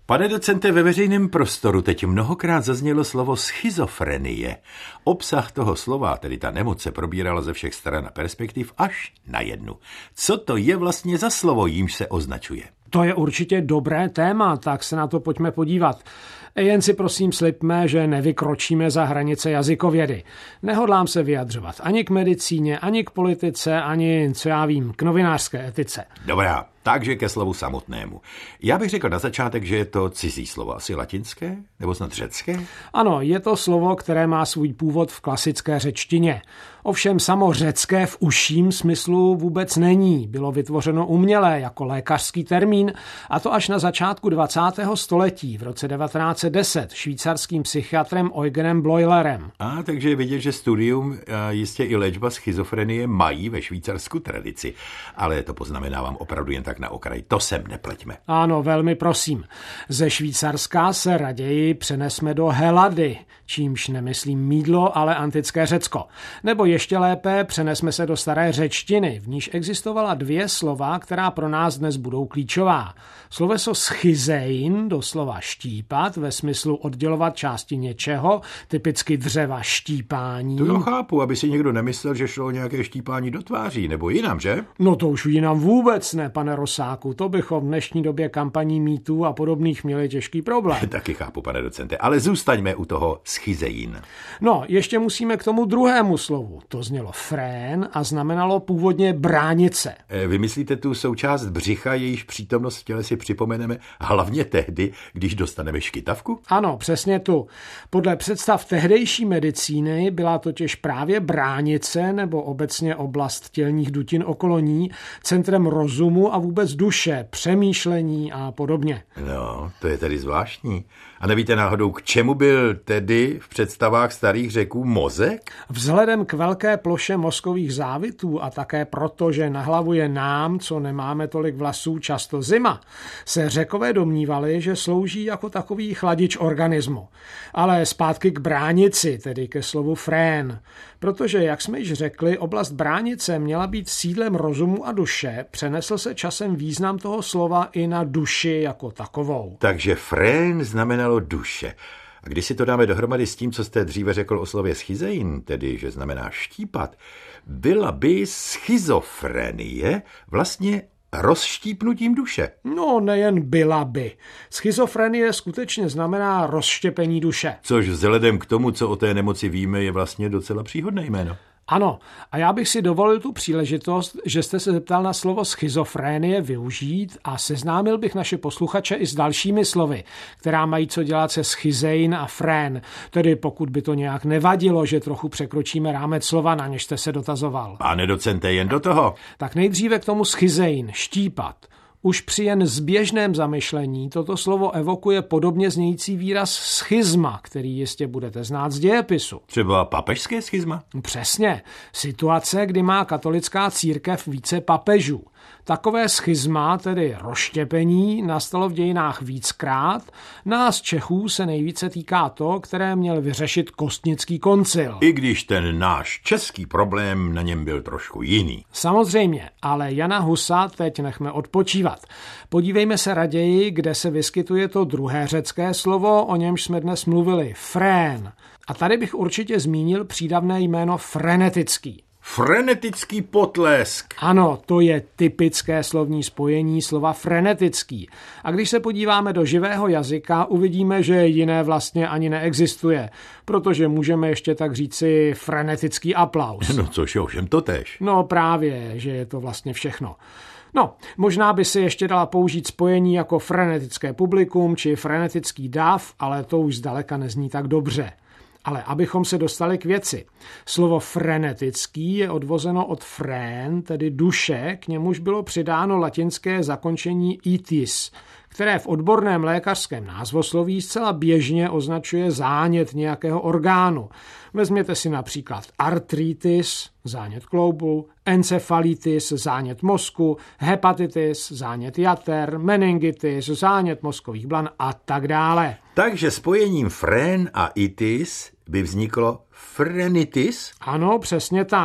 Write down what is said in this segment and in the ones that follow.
Pane docente, ve veřejném prostoru teď mnohokrát zaznělo slovo schizofrenie. Obsah toho slova, tedy ta nemoc, se probírala ze všech stran a perspektiv až na jednu. Co to je vlastně za slovo, jímž se označuje? To je určitě dobré téma, tak se na to pojďme podívat. Jen si prosím slibme, že nevykročíme za hranice jazykovědy. Nehodlám se vyjadřovat ani k medicíně, ani k politice, ani, co já vím, k novinářské etice. Dobrá, takže ke slovu samotnému. Já bych řekl na začátek, že je to cizí slovo, asi latinské, nebo snad řecké? Ano, je to slovo, které má svůj původ v klasické řečtině. Ovšem samo řecké v užším smyslu vůbec není. Bylo vytvořeno uměle jako lékařský termín, a to až na začátku 20. století, v roce 1910, švýcarským psychiatrem Eugenem Bleulerem. Takže je vidět, že studium a jistě i léčba schizofrenie mají ve Švýcarsku tradici. Ale to poznamenávám opravdu jen tak na okraj. To sem nepleťme. Ano, velmi prosím. Ze Švýcarska se raději přenesme do Helady, čímž nemyslím mýdlo, ale antické Řecko. Nebo ještě lépe přenesme se do staré řečtiny, v níž existovala dvě slova, která pro nás dnes budou klíčová. Sloveso schizein, doslova štípat, ve smyslu oddělovat části něčeho, typicky dřeva štípání. To chápu, aby si někdo nemyslel, že šlo o nějaké štípání do tváří, nebo jinam, že? No to už jinam vůbec ne, pane Rosáku, to bychom v dnešní době kampaní mýtů a podobných měli těžký problém. Taky chápu, pane docente, ale zůstaňme u toho schizein. No, ještě musíme k tomu druhému slovu. To znělo frén a znamenalo původně bránice. Vy myslíte tu součást břicha, jejíž přítomnost v těle si připomeneme hlavně tehdy, když dostaneme škytavku? Ano, přesně tu. Podle představ tehdejší medicíny byla totiž právě bránice nebo obecně oblast tělních dutin okolo ní centrem rozumu a vůbec duše, přemýšlení a podobně. No, to je tedy zvláštní. A nevíte náhodou, k čemu byl tedy v představách starých Řeků mozek? Vzhledem k velké ploše mozkových závitů a také proto, že na hlavu je nám, co nemáme tolik vlasů, často zima, se Řekové domnívali, že slouží jako takový chladič organismu. Ale zpátky k bránici, tedy ke slovu frén. Protože, jak jsme již řekli, oblast bránice měla být sídlem rozumu a duše, přenesl se časem význam toho slova i na duši jako takovou. Takže frén znamenalo duše. A když si to dáme dohromady s tím, co jste dříve řekl o slově schizein, tedy že znamená štípat, byla by schizofrenie vlastně rozštípnutím duše. No, nejen byla by. Schizofrenie skutečně znamená rozštěpení duše. Což vzhledem k tomu, co o té nemoci víme, je vlastně docela příhodné jméno. Ano, a já bych si dovolil tu příležitost, že jste se zeptal na slovo schizofrénie využít a seznámil bych naše posluchače i s dalšími slovy, která mají co dělat se schizein a frén, tedy pokud by to nějak nevadilo, že trochu překročíme rámec slova, na něž jste se dotazoval. Pane docente, jen do toho. Tak nejdříve k tomu schizein, štípat. Už při jen zběžném zamyšlení toto slovo evokuje podobně znějící výraz schizma, který jistě budete znát z dějepisu. Třeba papežské schizma? Přesně. Situace, kdy má katolická církev více papežů. Takové schizma, tedy rozštěpení, nastalo v dějinách víckrát. Nás Čechů se nejvíce týká to, které měl vyřešit Kostnický koncil. I když ten náš český problém na něm byl trošku jiný. Samozřejmě, ale Jana Husa teď nechme odpočívat. Podívejme se raději, kde se vyskytuje to druhé řecké slovo, o němž jsme dnes mluvili, frén. A tady bych určitě zmínil přídavné jméno frenetický. Frenetický potlesk. Ano, to je typické slovní spojení slova frenetický. A když se podíváme do živého jazyka, uvidíme, že jiné vlastně ani neexistuje, protože můžeme ještě tak říci frenetický aplaus. No což je ovšem totéž. No právě, že je to vlastně všechno. No, možná by se ještě dala použít spojení jako frenetické publikum či frenetický dav, ale to už zdaleka nezní tak dobře. Ale abychom se dostali k věci. Slovo frenetický je odvozeno od frén, tedy duše, k němuž bylo přidáno latinské zakončení itis, které v odborném lékařském názvosloví zcela běžně označuje zánět nějakého orgánu. Vezměte si například artritis, zánět kloubu, encefalitis, zánět mozku, hepatitis, zánět jater, meningitis, zánět mozkových blan a tak dále. Takže spojením frén a itis by vzniklo frenitis? Ano, přesně tak.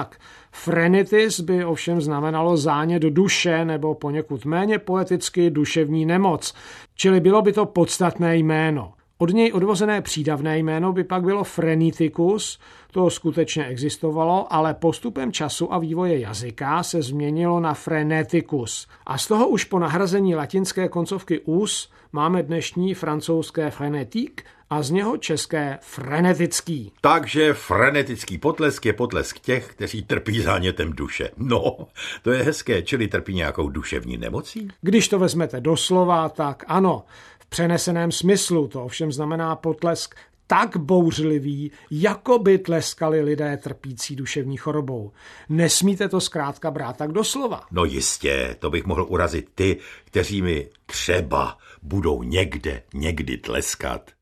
Frenitis by ovšem znamenalo zánět duše nebo poněkud méně poeticky duševní nemoc, čili bylo by to podstatné jméno. Od něj odvozené přídavné jméno by pak bylo Phreneticus, to skutečně existovalo, ale postupem času a vývoje jazyka se změnilo na Phreneticus. A z toho už po nahrazení latinské koncovky us máme dnešní francouzské frenetique a z něho české frenetický. Takže frenetický potlesk je potlesk těch, kteří trpí zánětem duše. No, to je hezké, čili trpí nějakou duševní nemocí? Když to vezmete doslova, tak ano. V přeneseném smyslu to ovšem znamená potlesk tak bouřlivý, jako by tleskali lidé trpící duševní chorobou. Nesmíte to zkrátka brát tak doslova. No jistě, to bych mohl urazit ty, kteří mi třeba budou někdy tleskat.